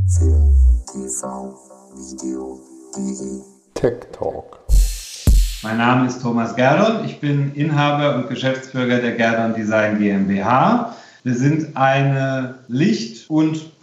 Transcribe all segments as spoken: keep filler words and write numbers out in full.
Film, T V, Video, Tech Talk. Mein Name ist Thomas Gerdon, ich bin Inhaber und Geschäftsführer der Gerdon Design GmbH. Wir sind eine Licht- und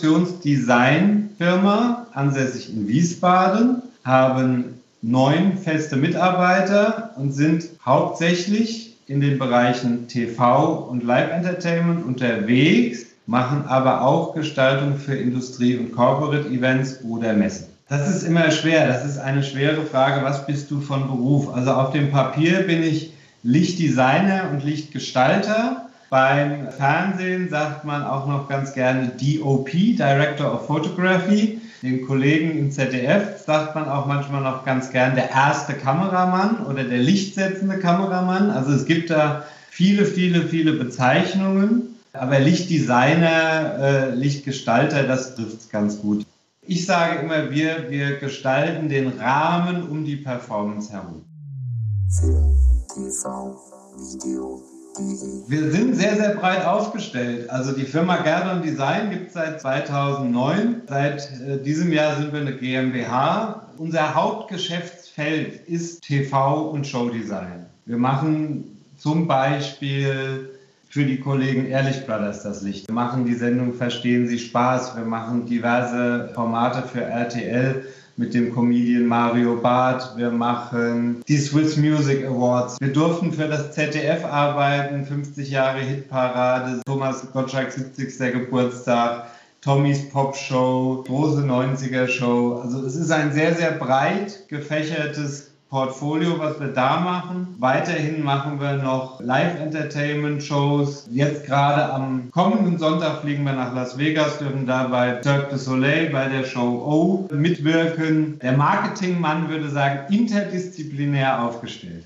Produktionsdesignfirma, ansässig in Wiesbaden, haben neun feste Mitarbeiter und sind hauptsächlich in den Bereichen T V und Live-Entertainment unterwegs, machen aber auch Gestaltung für Industrie- und Corporate-Events oder Messen. Das ist immer schwer, das ist eine schwere Frage, was bist du von Beruf? Also auf dem Papier bin ich Lichtdesigner und Lichtgestalter. Beim Fernsehen sagt man auch noch ganz gerne D O P, Director of Photography. Den Kollegen im Z D F sagt man auch manchmal noch ganz gern der erste Kameramann oder der lichtsetzende Kameramann. Also es gibt da viele, viele, viele Bezeichnungen. Aber Lichtdesigner, äh, Lichtgestalter, das trifft es ganz gut. Ich sage immer, wir, wir gestalten den Rahmen um die Performance herum. Film, T V, Video, Wir sind sehr, sehr breit aufgestellt. Also die Firma Gerdon Design gibt es seit zweitausendneun. Seit äh, diesem Jahr sind wir eine GmbH. Unser Hauptgeschäftsfeld ist T V und Showdesign. Wir machen zum Beispiel für die Kollegen Ehrlich Brothers das Licht. Wir machen die Sendung Verstehen Sie Spaß. Wir machen diverse Formate für R T L mit dem Comedian Mario Barth. Wir machen die Swiss Music Awards. Wir durften für das Z D F arbeiten, fünfzig Jahre Hitparade, Thomas Gottschalks siebzigster Geburtstag, Tommys Pop Show, große neunziger Show. Also es ist ein sehr, sehr breit gefächertes Portfolio, was wir da machen. Weiterhin machen wir noch Live-Entertainment-Shows. Jetzt gerade am kommenden Sonntag fliegen wir nach Las Vegas, dürfen da bei Cirque du Soleil, bei der Show O mitwirken. Der Marketingmann würde sagen, interdisziplinär aufgestellt.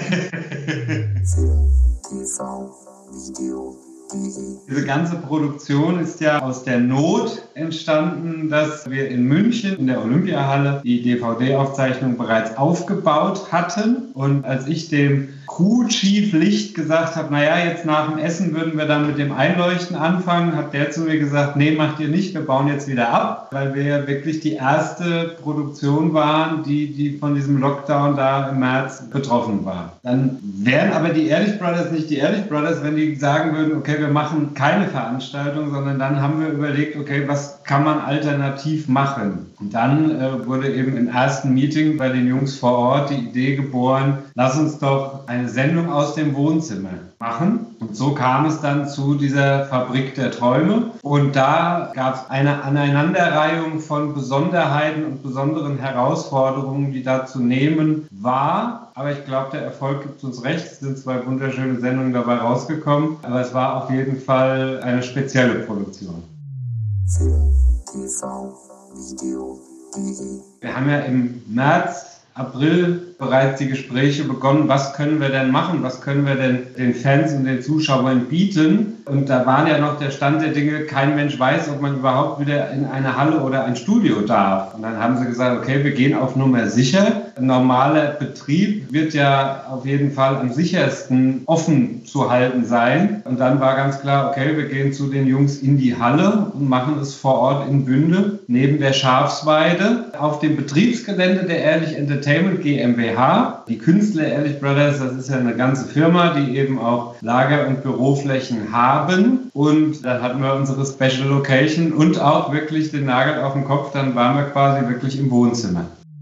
Film, T V, Video, Diese ganze Produktion ist ja aus der Not entstanden, dass wir in München in der Olympiahalle die D V D-Aufzeichnung bereits aufgebaut hatten. Und als ich dem Crew-Chief Licht gesagt habe, naja, jetzt nach dem Essen würden wir dann mit dem Einleuchten anfangen, hat der zu mir gesagt, nee, macht ihr nicht, wir bauen jetzt wieder ab, weil wir ja wirklich die erste Produktion waren, die, die von diesem Lockdown da im März betroffen war. Dann wären aber die Ehrlich Brothers nicht die Ehrlich Brothers, wenn die sagen würden, okay, wir machen keine Veranstaltung, sondern dann haben wir überlegt, okay, was kann man alternativ machen? Und dann äh, wurde eben im ersten Meeting bei den Jungs vor Ort die Idee geboren, lass uns doch eine Sendung aus dem Wohnzimmer machen. Und so kam es dann zu dieser Fabrik der Träume. Und da gab es eine Aneinanderreihung von Besonderheiten und besonderen Herausforderungen, die da zu nehmen war. Aber ich glaube, der Erfolg gibt uns recht. Es sind zwei wunderschöne Sendungen dabei rausgekommen. Aber es war auf jeden Fall eine spezielle Produktion. Film, T V, Video, Wir haben ja im März, April bereits die Gespräche begonnen, was können wir denn machen, was können wir denn den Fans und den Zuschauern bieten. Und da war ja noch der Stand der Dinge, kein Mensch weiß, ob man überhaupt wieder in eine Halle oder ein Studio darf. Und dann haben sie gesagt, okay, wir gehen auf Nummer sicher. Ein normaler Betrieb wird ja auf jeden Fall am sichersten offen zu halten sein. Und dann war ganz klar, okay, wir gehen zu den Jungs in die Halle und machen es vor Ort in Bünde, neben der Schafsweide, auf dem Betriebsgelände der Ehrlich Entertainment GmbH. Die Künstler Ehrlich Brothers, das ist ja eine ganze Firma, die eben auch Lager- und Büroflächen haben. Und dann hatten wir unsere Special Location und auch wirklich den Nagel auf den Kopf. Dann waren wir quasi wirklich im Wohnzimmer.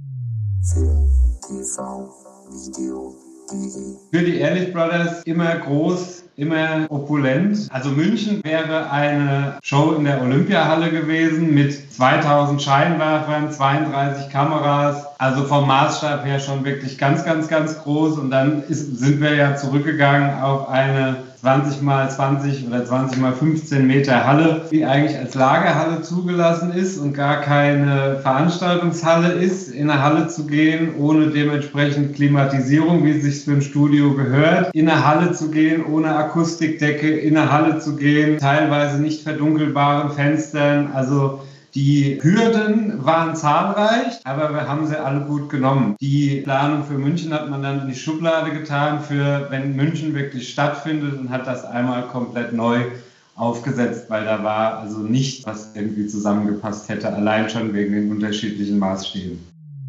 Film, T V, Video, Für die Ehrlich Brothers immer groß, immer opulent. Also München wäre eine Show in der Olympiahalle gewesen mit zweitausend Scheinwerfern, zweiunddreißig Kameras. Also vom Maßstab her schon wirklich ganz, ganz, ganz groß. Und dann ist, sind wir ja zurückgegangen auf eine zwanzig mal zwanzig oder zwanzig mal fünfzehn Meter Halle, die eigentlich als Lagerhalle zugelassen ist und gar keine Veranstaltungshalle ist, in eine Halle zu gehen, ohne dementsprechend Klimatisierung, wie es sich für ein Studio gehört, in eine Halle zu gehen, ohne Akustikdecke, in eine Halle zu gehen, teilweise nicht verdunkelbaren Fenstern, also die Hürden waren zahlreich, aber wir haben sie alle gut genommen. Die Planung für München hat man dann in die Schublade getan, für wenn München wirklich stattfindet, und hat das einmal komplett neu aufgesetzt, weil da war also nichts, was irgendwie zusammengepasst hätte, allein schon wegen den unterschiedlichen Maßstäben.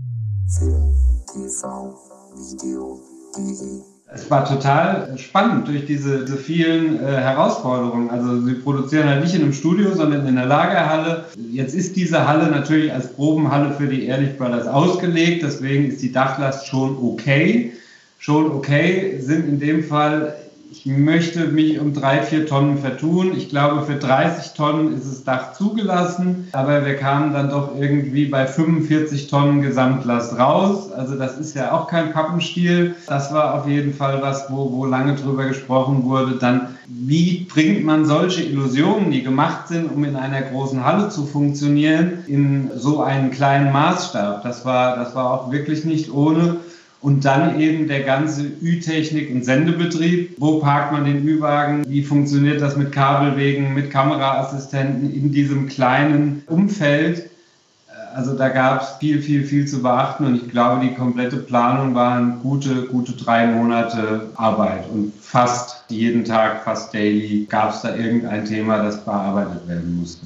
Film, T V, Video, D E. Es war total spannend durch diese, diese vielen äh, Herausforderungen. Also sie produzieren halt nicht in einem Studio, sondern in einer Lagerhalle. Jetzt ist diese Halle natürlich als Probenhalle für die Ehrlich Brothers ausgelegt, deswegen ist die Dachlast schon okay. Schon okay sind in dem Fall, ich möchte mich um drei, vier Tonnen vertun. Ich glaube, für dreißig Tonnen ist das Dach zugelassen, aber wir kamen dann doch irgendwie bei fünfundvierzig Tonnen Gesamtlast raus. Also das ist ja auch kein Pappenstiel. Das war auf jeden Fall was, wo, wo lange drüber gesprochen wurde. Dann, wie bringt man solche Illusionen, die gemacht sind, um in einer großen Halle zu funktionieren, in so einen kleinen Maßstab? Das war, das war auch wirklich nicht ohne. Und dann eben der ganze Ü-Technik- und Sendebetrieb. Wo parkt man den Ü-Wagen? Wie funktioniert das mit Kabelwegen, mit Kameraassistenten in diesem kleinen Umfeld? Also da gab es viel, viel, viel zu beachten. Und ich glaube, die komplette Planung waren gute, gute drei Monate Arbeit. Und fast jeden Tag, fast daily, gab es da irgendein Thema, das bearbeitet werden musste.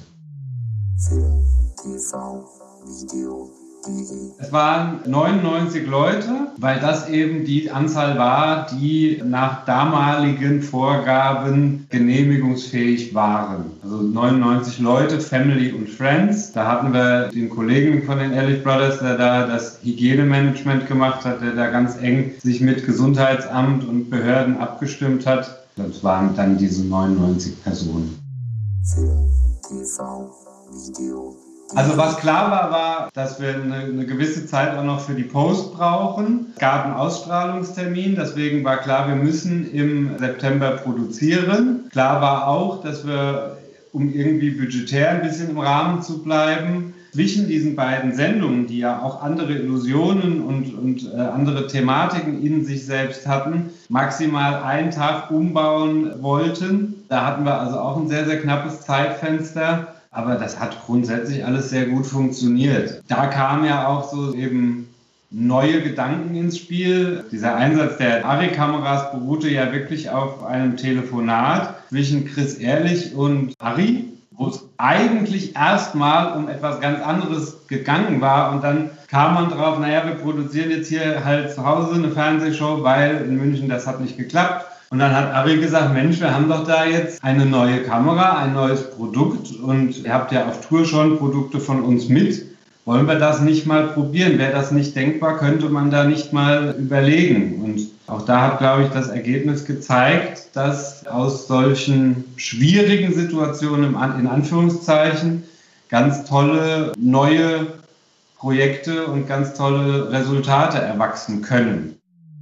Film, T V, Video. Es waren neunundneunzig Leute, weil das eben die Anzahl war, die nach damaligen Vorgaben genehmigungsfähig waren. Also neunundneunzig Leute, Family und Friends. Da hatten wir den Kollegen von den Ehrlich Brothers, der da das Hygienemanagement gemacht hat, der da ganz eng sich mit Gesundheitsamt und Behörden abgestimmt hat. Das waren dann diese neunundneunzig Personen. Film, T V, Video. Also was klar war, war, dass wir eine, eine gewisse Zeit auch noch für die Post brauchen. Es gab einen Ausstrahlungstermin, deswegen war klar, wir müssen im September produzieren. Klar war auch, dass wir, um irgendwie budgetär ein bisschen im Rahmen zu bleiben, zwischen diesen beiden Sendungen, die ja auch andere Illusionen und, und äh, andere Thematiken in sich selbst hatten, maximal einen Tag umbauen wollten. Da hatten wir also auch ein sehr, sehr knappes Zeitfenster. Aber das hat grundsätzlich alles sehr gut funktioniert. Da kamen ja auch so eben neue Gedanken ins Spiel. Dieser Einsatz der Arri-Kameras beruhte ja wirklich auf einem Telefonat zwischen Chris Ehrlich und Arri, wo es eigentlich erstmal um etwas ganz anderes gegangen war. Und dann kam man drauf, naja, wir produzieren jetzt hier halt zu Hause eine Fernsehshow, weil in München das hat nicht geklappt. Und dann hat Arri gesagt, Mensch, wir haben doch da jetzt eine neue Kamera, ein neues Produkt und ihr habt ja auf Tour schon Produkte von uns mit. Wollen wir das nicht mal probieren? Wäre das nicht denkbar, könnte man da nicht mal überlegen. Und auch da hat, glaube ich, das Ergebnis gezeigt, dass aus solchen schwierigen Situationen in Anführungszeichen ganz tolle neue Projekte und ganz tolle Resultate erwachsen können.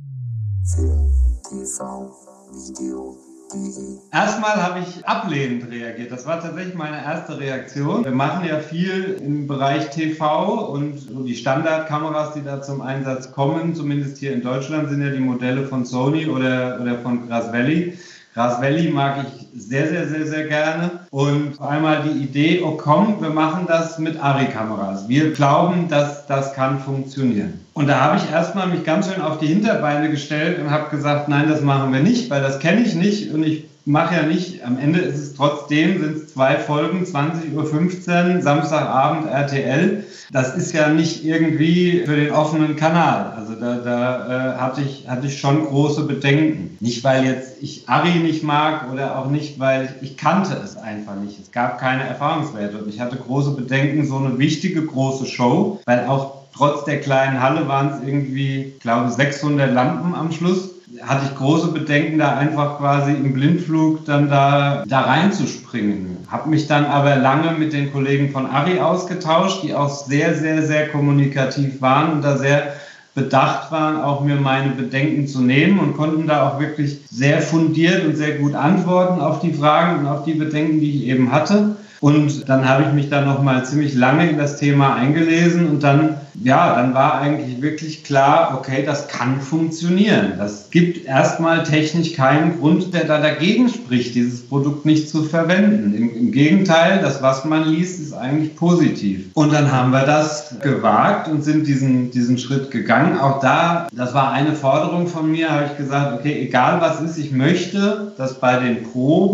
Film, T V, Video, D E. Erstmal habe ich ablehnend reagiert. Das war tatsächlich meine erste Reaktion. Wir machen ja viel im Bereich T V und so die Standardkameras, die da zum Einsatz kommen, zumindest hier in Deutschland, sind ja die Modelle von Sony oder, oder von Grass Valley. Grass Valley mag ich sehr, sehr, sehr, sehr gerne. Und vor einmal die Idee, oh komm, wir machen das mit Arri-Kameras. Wir glauben, dass das kann funktionieren. Und da habe ich erstmal mich ganz schön auf die Hinterbeine gestellt und habe gesagt, nein, das machen wir nicht, weil das kenne ich nicht und ich mache ja nicht. Am Ende ist es trotzdem, sind es zwei Folgen, zwanzig Uhr fünfzehn, Samstagabend R T L. Das ist ja nicht irgendwie für den offenen Kanal. Also da, da äh, hatte ich, hatte ich schon große Bedenken. Nicht, weil jetzt ich Arri nicht mag oder auch nicht, weil ich, ich kannte es einfach nicht. Es gab keine Erfahrungswerte und ich hatte große Bedenken, so eine wichtige große Show, weil auch trotz der kleinen Halle waren es irgendwie, ich glaube, sechshundert Lampen am Schluss. Hatte ich große Bedenken, da einfach quasi im Blindflug dann da, da reinzuspringen. Habe mich dann aber lange mit den Kollegen von Arri ausgetauscht, die auch sehr, sehr, sehr kommunikativ waren und da sehr bedacht waren, auch mir meine Bedenken zu nehmen und konnten da auch wirklich sehr fundiert und sehr gut antworten auf die Fragen und auf die Bedenken, die ich eben hatte. Und dann habe ich mich da nochmal ziemlich lange in das Thema eingelesen und dann, ja, dann war eigentlich wirklich klar, okay, das kann funktionieren. Das gibt erstmal technisch keinen Grund, der da dagegen spricht, dieses Produkt nicht zu verwenden. Im, im Gegenteil, das, was man liest, ist eigentlich positiv. Und dann haben wir das gewagt und sind diesen, diesen Schritt gegangen. Auch da, das war eine Forderung von mir, habe ich gesagt, okay, egal was ist, ich möchte, dass bei den Proben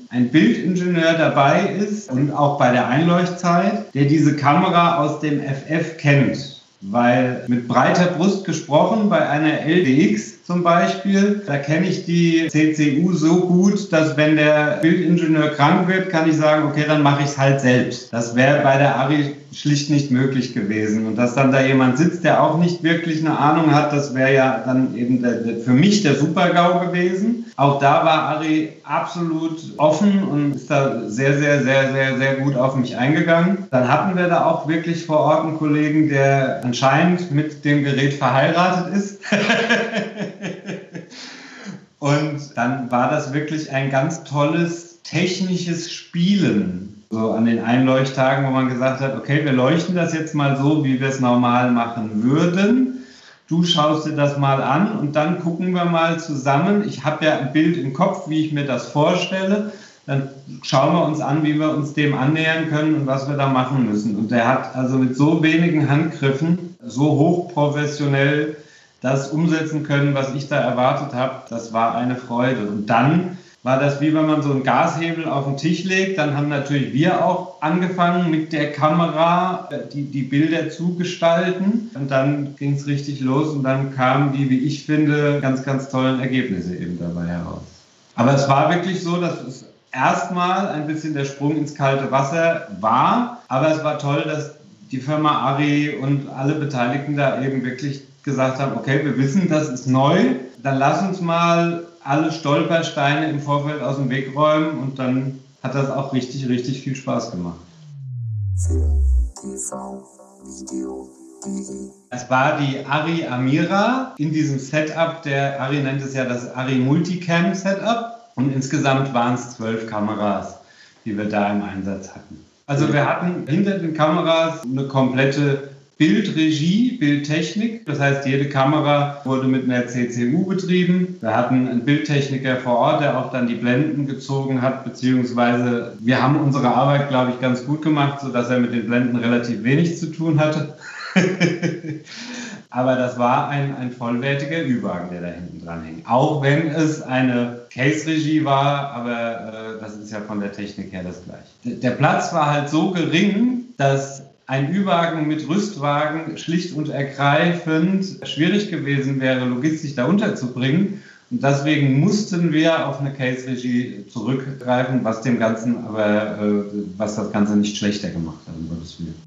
ein Bildingenieur dabei ist und auch bei der Einleuchtzeit, der diese Kamera aus dem F F kennt. Weil mit breiter Brust gesprochen, bei einer L D X zum Beispiel, da kenne ich die C C U so gut, dass wenn der Bildingenieur krank wird, kann ich sagen, okay, dann mache ich es halt selbst. Das wäre bei der Arri schlicht nicht möglich gewesen. Und dass dann da jemand sitzt, der auch nicht wirklich eine Ahnung hat, das wäre ja dann eben der, der, für mich der Super-GAU gewesen. Auch da war Arri absolut offen und ist da sehr, sehr, sehr, sehr, sehr gut auf mich eingegangen. Dann hatten wir da auch wirklich vor Ort einen Kollegen, der anscheinend mit dem Gerät verheiratet ist. Und dann war das wirklich ein ganz tolles technisches Spielen. So an den Einleuchttagen, wo man gesagt hat, okay, wir leuchten das jetzt mal so, wie wir es normal machen würden. Du schaust dir das mal an und dann gucken wir mal zusammen. Ich habe ja ein Bild im Kopf, wie ich mir das vorstelle. Dann schauen wir uns an, wie wir uns dem annähern können und was wir da machen müssen. Und der hat also mit so wenigen Handgriffen so hochprofessionell das umsetzen können, was ich da erwartet habe. Das war eine Freude. Und dann war das wie wenn man so einen Gashebel auf den Tisch legt. Dann haben natürlich wir auch angefangen mit der Kamera die, die Bilder zu gestalten. Und dann ging es richtig los und dann kamen die, wie ich finde, ganz, ganz tollen Ergebnisse eben dabei heraus. Aber es war wirklich so, dass es erstmal ein bisschen der Sprung ins kalte Wasser war. Aber es war toll, dass die Firma Arri und alle Beteiligten da eben wirklich gesagt haben, okay, wir wissen, das ist neu. Dann lass uns mal alle Stolpersteine im Vorfeld aus dem Weg räumen und dann hat das auch richtig, richtig viel Spaß gemacht. Film, T V, Video, D E. Es war die Arri Amira in diesem Setup, der Arri nennt es ja das Arri Multicam Setup und insgesamt waren es zwölf Kameras, die wir da im Einsatz hatten. Also wir hatten hinter den Kameras eine komplette Bildregie, Bildtechnik, das heißt, jede Kamera wurde mit einer C C U betrieben. Wir hatten einen Bildtechniker vor Ort, der auch dann die Blenden gezogen hat, beziehungsweise wir haben unsere Arbeit, glaube ich, ganz gut gemacht, sodass er mit den Blenden relativ wenig zu tun hatte. Aber das war ein, ein vollwertiger Ü-Wagen, der da hinten dran hing. Auch wenn es eine Case-Regie war, aber äh, das ist ja von der Technik her das Gleiche. Der Platz war halt so gering, dass ein Ü-Wagen mit Rüstwagen schlicht und ergreifend schwierig gewesen wäre, logistisch da unterzubringen. Und deswegen mussten wir auf eine Case-Regie zurückgreifen, was dem Ganzen aber, äh, was das Ganze nicht schlechter gemacht hat, um Gottes Willen.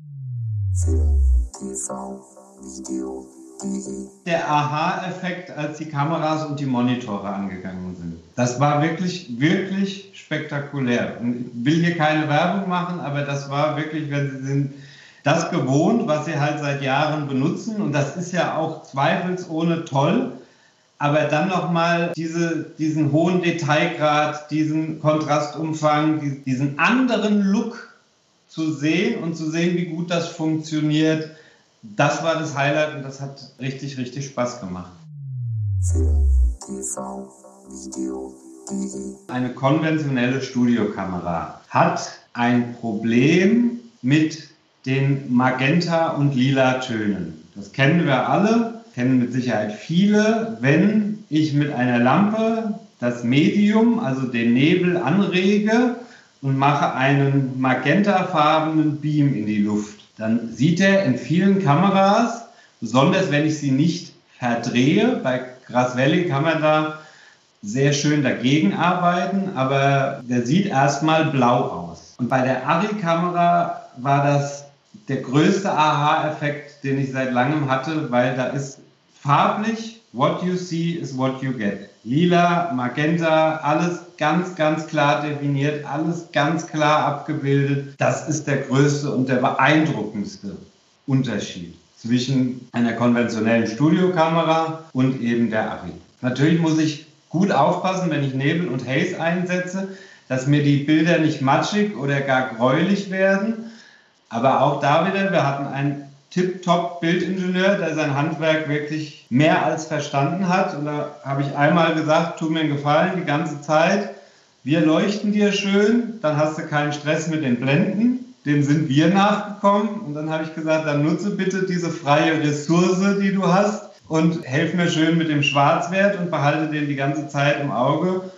Film, T V, Video, D E. Der Aha-Effekt, als die Kameras und die Monitore angegangen sind. Das war wirklich, wirklich spektakulär. Und ich will hier keine Werbung machen, aber das war wirklich, wenn Sie sind das gewohnt, was Sie halt seit Jahren benutzen. Und das ist ja auch zweifelsohne toll. Aber dann nochmal diese, diesen hohen Detailgrad, diesen Kontrastumfang, diesen anderen Look zu sehen und zu sehen, wie gut das funktioniert, das war das Highlight und das hat richtig, richtig Spaß gemacht. Film, T V, Video, D E. Eine konventionelle Studiokamera hat ein Problem mit den Magenta- und Lila-Tönen. Das kennen wir alle, kennen mit Sicherheit viele. Wenn ich mit einer Lampe das Medium, also den Nebel, anrege und mache einen magentafarbenen Beam in die Luft, dann sieht er in vielen Kameras, besonders wenn ich sie nicht verdrehe, bei Grass Valley kann man da sehr schön dagegen arbeiten, aber der sieht erstmal blau aus. Und bei der Arri-Kamera war das der größte Aha-Effekt, den ich seit langem hatte, weil da ist farblich, what you see is what you get. Lila, Magenta, alles ganz, ganz klar definiert, alles ganz klar abgebildet. Das ist der größte und der beeindruckendste Unterschied zwischen einer konventionellen Studiokamera und eben der Arri. Natürlich muss ich gut aufpassen, wenn ich Nebel und Haze einsetze, dass mir die Bilder nicht matschig oder gar gräulich werden. Aber auch da wieder, wir hatten einen Tip-Top-Bildingenieur, der sein Handwerk wirklich mehr als verstanden hat. Und da habe ich einmal gesagt, tu mir einen Gefallen die ganze Zeit, wir leuchten dir schön, dann hast du keinen Stress mit den Blenden. Dem sind wir nachgekommen. Und dann habe ich gesagt, dann nutze bitte diese freie Ressource, die du hast und helf mir schön mit dem Schwarzwert und behalte den die ganze Zeit im Auge.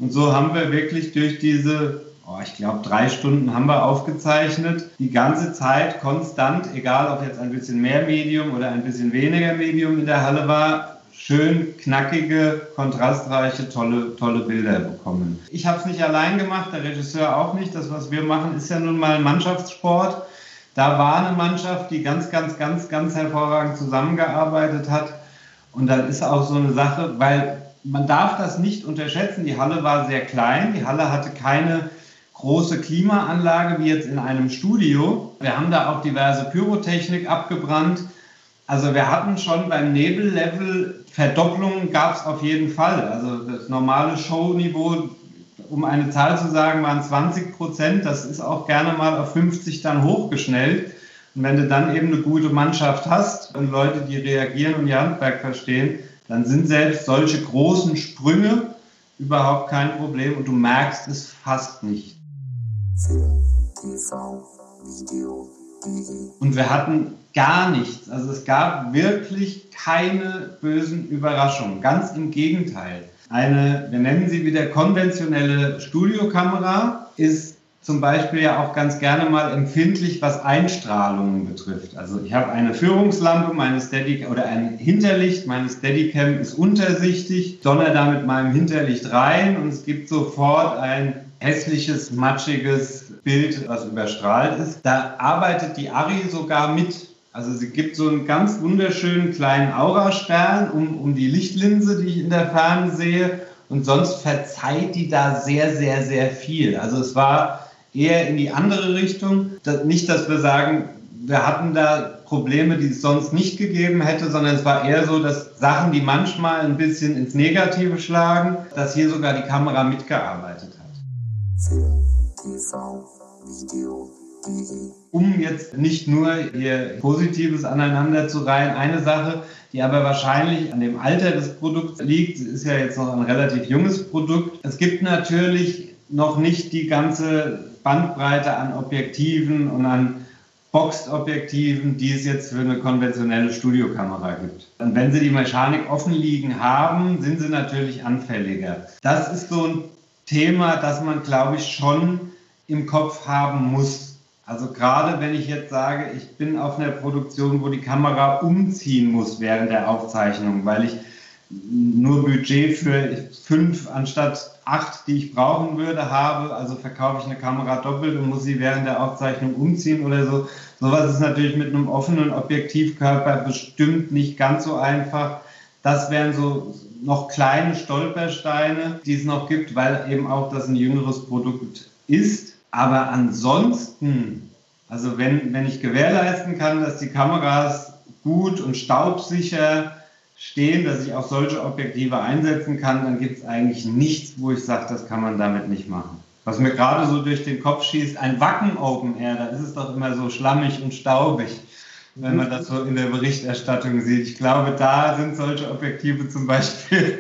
Und so haben wir wirklich durch diese, oh, ich glaube, drei Stunden haben wir aufgezeichnet, die ganze Zeit konstant, egal ob jetzt ein bisschen mehr Medium oder ein bisschen weniger Medium in der Halle war, schön knackige, kontrastreiche, tolle, tolle Bilder bekommen. Ich habe es nicht allein gemacht, der Regisseur auch nicht. Das, was wir machen, ist ja nun mal ein Mannschaftssport. Da war eine Mannschaft, die ganz, ganz, ganz, ganz hervorragend zusammengearbeitet hat. Und dann ist auch so eine Sache, weil man darf das nicht unterschätzen. Die Halle war sehr klein. Die Halle hatte keine große Klimaanlage wie jetzt in einem Studio. Wir haben da auch diverse Pyrotechnik abgebrannt. Also wir hatten schon beim Nebellevel Verdopplungen, gab es auf jeden Fall. Also das normale Showniveau, um eine Zahl zu sagen, waren zwanzig Prozent. Das ist auch gerne mal auf fünfzig dann hochgeschnellt. Und wenn du dann eben eine gute Mannschaft hast und Leute, die reagieren und ihr Handwerk verstehen, dann sind selbst solche großen Sprünge überhaupt kein Problem und du merkst es fast nicht. Film, T V, Video, D E. Und wir hatten gar nichts. Also es gab wirklich keine bösen Überraschungen. Ganz im Gegenteil. Eine, wir nennen sie wieder konventionelle Studiokamera, ist zum Beispiel ja auch ganz gerne mal empfindlich, was Einstrahlungen betrifft. Also ich habe eine Führungslampe, meine Steadicam oder ein Hinterlicht, meine Steadicam ist untersichtig, donner da mit meinem Hinterlicht rein und es gibt sofort ein hässliches, matschiges Bild, was überstrahlt ist. Da arbeitet die Arri sogar mit. Also sie gibt so einen ganz wunderschönen kleinen Aurastern um, um die Lichtlinse, die ich in der Ferne sehe. Und sonst verzeiht die da sehr, sehr, sehr viel. Also es war eher in die andere Richtung. Das, nicht, dass wir sagen, wir hatten da Probleme, die es sonst nicht gegeben hätte, sondern es war eher so, dass Sachen, die manchmal ein bisschen ins Negative schlagen, dass hier sogar die Kamera mitgearbeitet hat. Film, T V, Video, D E. Um jetzt nicht nur hier Positives aneinander zu reihen, eine Sache, die aber wahrscheinlich an dem Alter des Produkts liegt, ist ja jetzt noch ein relativ junges Produkt. Es gibt natürlich noch nicht die ganze Bandbreite an Objektiven und an Boxed-Objektiven, die es jetzt für eine konventionelle Studiokamera gibt. Und wenn Sie die Mechanik offen liegen haben, sind sie natürlich anfälliger. Das ist so ein Thema, das man, glaube ich, schon im Kopf haben muss. Also gerade wenn ich jetzt sage, ich bin auf einer Produktion, wo die Kamera umziehen muss während der Aufzeichnung, weil ich nur Budget für fünf anstatt acht, die ich brauchen würde, habe, also verkaufe ich eine Kamera doppelt und muss sie während der Aufzeichnung umziehen oder so. Sowas ist natürlich mit einem offenen Objektivkörper bestimmt nicht ganz so einfach. Das wären so noch kleine Stolpersteine, die es noch gibt, weil eben auch das ein jüngeres Produkt ist. Aber ansonsten, also wenn, wenn ich gewährleisten kann, dass die Kameras gut und staubsicher stehen, dass ich auch solche Objektive einsetzen kann, dann gibt es eigentlich nichts, wo ich sage, das kann man damit nicht machen. Was mir gerade so durch den Kopf schießt, ein Wacken Open Air, da ist es doch immer so schlammig und staubig, wenn man das so in der Berichterstattung sieht. Ich glaube, da sind solche Objektive zum Beispiel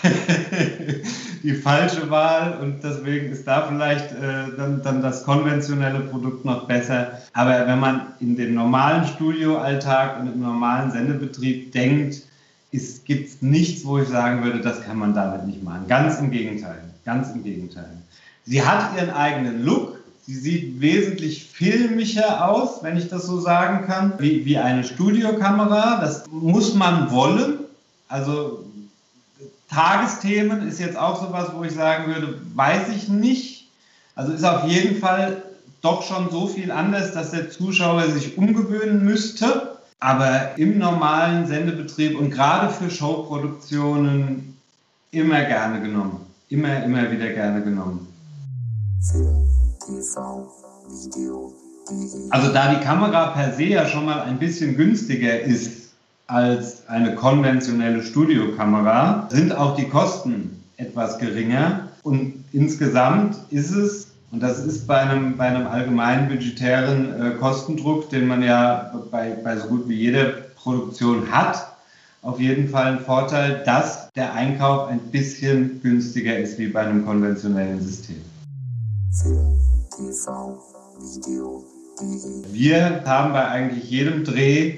die falsche Wahl und deswegen ist da vielleicht äh, dann, dann das konventionelle Produkt noch besser. Aber wenn man in den normalen Studioalltag und im normalen Sendebetrieb denkt, gibt es nichts, wo ich sagen würde, das kann man damit nicht machen. Ganz im Gegenteil, ganz im Gegenteil. Sie hat ihren eigenen Look. Sie sieht wesentlich filmischer aus, wenn ich das so sagen kann, wie, wie eine Studiokamera. Das muss man wollen. Also Tagesthemen ist jetzt auch sowas, wo ich sagen würde, weiß ich nicht. Also ist auf jeden Fall doch schon so viel anders, dass der Zuschauer sich umgewöhnen müsste. Aber im normalen Sendebetrieb und gerade für Showproduktionen immer gerne genommen. Immer, immer wieder gerne genommen. Film, T V, Video, D E. Also da die Kamera per se ja schon mal ein bisschen günstiger ist als eine konventionelle Studiokamera, sind auch die Kosten etwas geringer. Und insgesamt ist es, und das ist bei einem, bei einem allgemeinen budgetären äh, Kostendruck, den man ja bei, bei so gut wie jeder Produktion hat, auf jeden Fall ein Vorteil, dass der Einkauf ein bisschen günstiger ist wie bei einem konventionellen System. Film, T V, Video, D E. Wir haben bei eigentlich jedem Dreh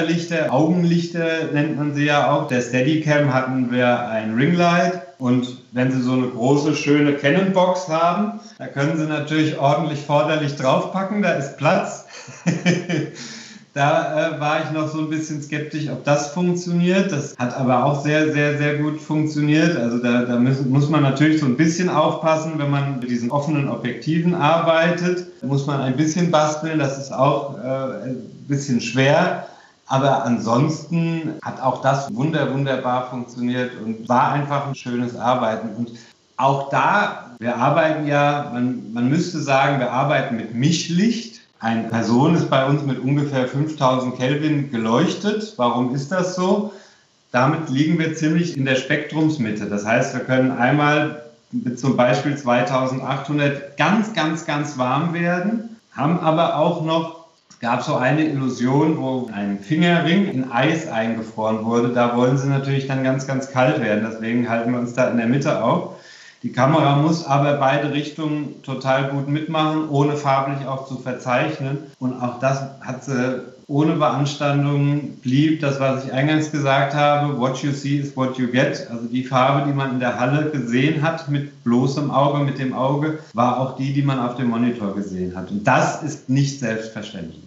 Kameravorderlichter, Augenlichter nennt man sie ja auch. Der Steadicam hatten wir ein Ringlight und Wenn Sie so eine große, schöne Canon-Box haben, da können Sie natürlich ordentlich forderlich draufpacken, da ist Platz. Da äh, war ich noch so ein bisschen skeptisch, ob das funktioniert. Das hat aber auch sehr, sehr, sehr gut funktioniert. Also da, da müssen, muss man natürlich so ein bisschen aufpassen, wenn man mit diesen offenen Objektiven arbeitet. Da muss man ein bisschen basteln, das ist auch äh, ein bisschen schwer. Aber ansonsten hat auch das wunder, wunderbar funktioniert und war einfach ein schönes Arbeiten. Und auch da, wir arbeiten ja, man, man müsste sagen, wir arbeiten mit Mischlicht. Eine Person ist bei uns mit ungefähr fünftausend Kelvin geleuchtet. Warum ist das so? Damit liegen wir ziemlich in der Spektrumsmitte. Das heißt, wir können einmal mit zum Beispiel zweitausendachthundert ganz, ganz, ganz warm werden, haben aber auch noch, es gab so eine Illusion, wo ein Fingerring in Eis eingefroren wurde. Da wollen sie natürlich dann ganz, ganz kalt werden. Deswegen halten wir uns da in der Mitte auf. Die Kamera muss aber beide Richtungen total gut mitmachen, ohne farblich auch zu verzeichnen. Und auch das hat sie ohne Beanstandung, blieb das, was ich eingangs gesagt habe, what you see is what you get. Also die Farbe, die man in der Halle gesehen hat, mit bloßem Auge, mit dem Auge, war auch die, die man auf dem Monitor gesehen hat. Und das ist nicht selbstverständlich.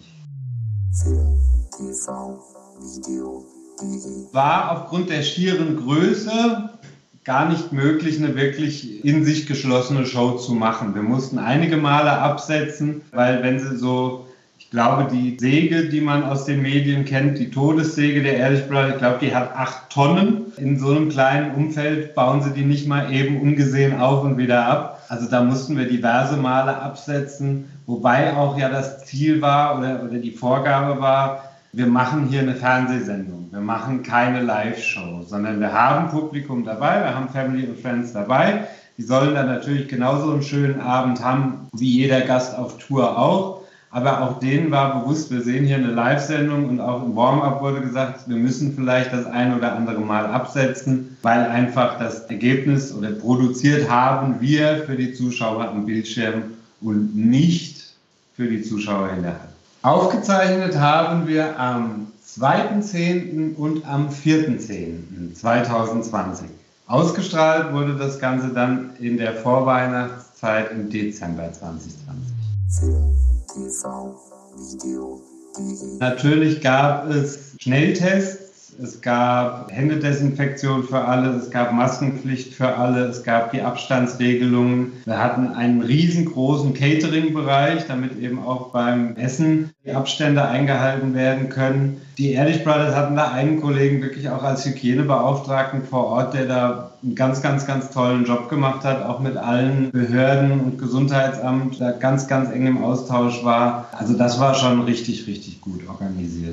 War aufgrund der schieren Größe gar nicht möglich, eine wirklich in sich geschlossene Show zu machen. Wir mussten einige Male absetzen, weil wenn sie so, ich glaube, die Säge, die man aus den Medien kennt, die Todessäge der Ehrlich-Brother, ich glaube, die hat acht Tonnen. In so einem kleinen Umfeld bauen sie die nicht mal eben ungesehen auf und wieder ab. Also da mussten wir diverse Male absetzen, wobei auch ja das Ziel war oder, oder die Vorgabe war, wir machen hier eine Fernsehsendung, wir machen keine Live-Show, sondern wir haben Publikum dabei, wir haben Family und Friends dabei. Die sollen dann natürlich genauso einen schönen Abend haben, wie jeder Gast auf Tour auch. Aber auch denen war bewusst, wir sehen hier eine Live-Sendung und auch im Warm-up wurde gesagt, wir müssen vielleicht das ein oder andere Mal absetzen, weil einfach das Ergebnis oder produziert haben wir für die Zuschauer am Bildschirm und nicht für die Zuschauer in der Halle. Aufgezeichnet haben wir am zweiten zehnten und am vierten zehnten zweitausendzwanzig. Ausgestrahlt wurde das Ganze dann in der Vorweihnachtszeit im Dezember zweitausendzwanzig. Natürlich gab es Schnelltests, es gab Händedesinfektion für alle, es gab Maskenpflicht für alle, es gab die Abstandsregelungen. Wir hatten einen riesengroßen Catering-Bereich, damit eben auch beim Essen die Abstände eingehalten werden können. Die Ehrlich Brothers hatten da einen Kollegen wirklich auch als Hygienebeauftragten vor Ort, der da einen ganz, ganz, ganz tollen Job gemacht hat, auch mit allen Behörden und Gesundheitsamt, da ganz, ganz eng im Austausch war. Also das war schon richtig, richtig gut organisiert.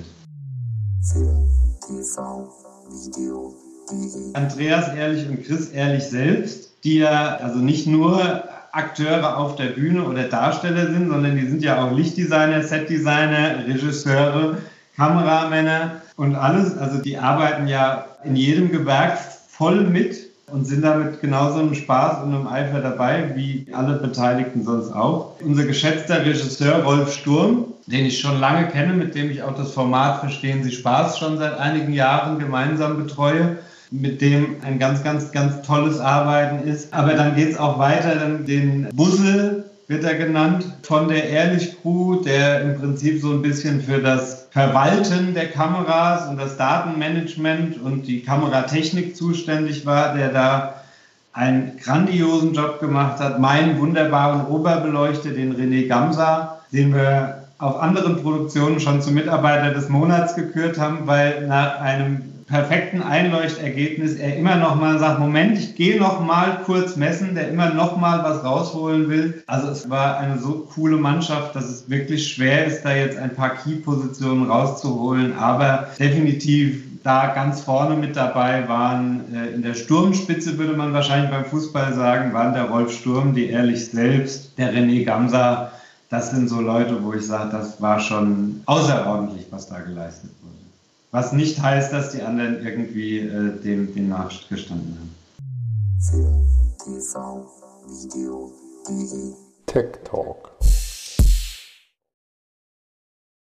Andreas Ehrlich und Chris Ehrlich selbst, die ja also nicht nur Akteure auf der Bühne oder Darsteller sind, sondern die sind ja auch Lichtdesigner, Setdesigner, Regisseure, Kameramänner und alles. Also die arbeiten ja in jedem Gewerk voll mit und sind damit genauso einem Spaß und einem Eifer dabei, wie alle Beteiligten sonst auch. Unser geschätzter Regisseur Rolf Sturm, den ich schon lange kenne, mit dem ich auch das Format Verstehen Sie Spaß schon seit einigen Jahren gemeinsam betreue, mit dem ein ganz, ganz, ganz tolles Arbeiten ist. Aber dann geht es auch weiter, dann den Bussel wird er genannt, von der Ehrlich-Crew, der im Prinzip so ein bisschen für das Verwalten der Kameras und das Datenmanagement und die Kameratechnik zuständig war, der da einen grandiosen Job gemacht hat. Meinen wunderbaren Oberbeleuchter, den René Gamsa, den wir auf anderen Produktionen schon zum Mitarbeiter des Monats gekürt haben, weil nach einem perfekten Einleuchtergebnis er immer noch mal sagt, Moment, ich gehe noch mal kurz messen, der immer noch mal was rausholen will. Also es war eine so coole Mannschaft, dass es wirklich schwer ist, da jetzt ein paar Key-Positionen rauszuholen, aber definitiv da ganz vorne mit dabei waren, äh, in der Sturmspitze würde man wahrscheinlich beim Fußball sagen, waren der Rolf Sturm, die Ehrlich selbst, der René Gamsa. Das sind so Leute, wo ich sage, das war schon außerordentlich, was da geleistet wurde. Was nicht heißt, dass die anderen irgendwie äh, dem, dem nachgestanden haben. Tech Talk.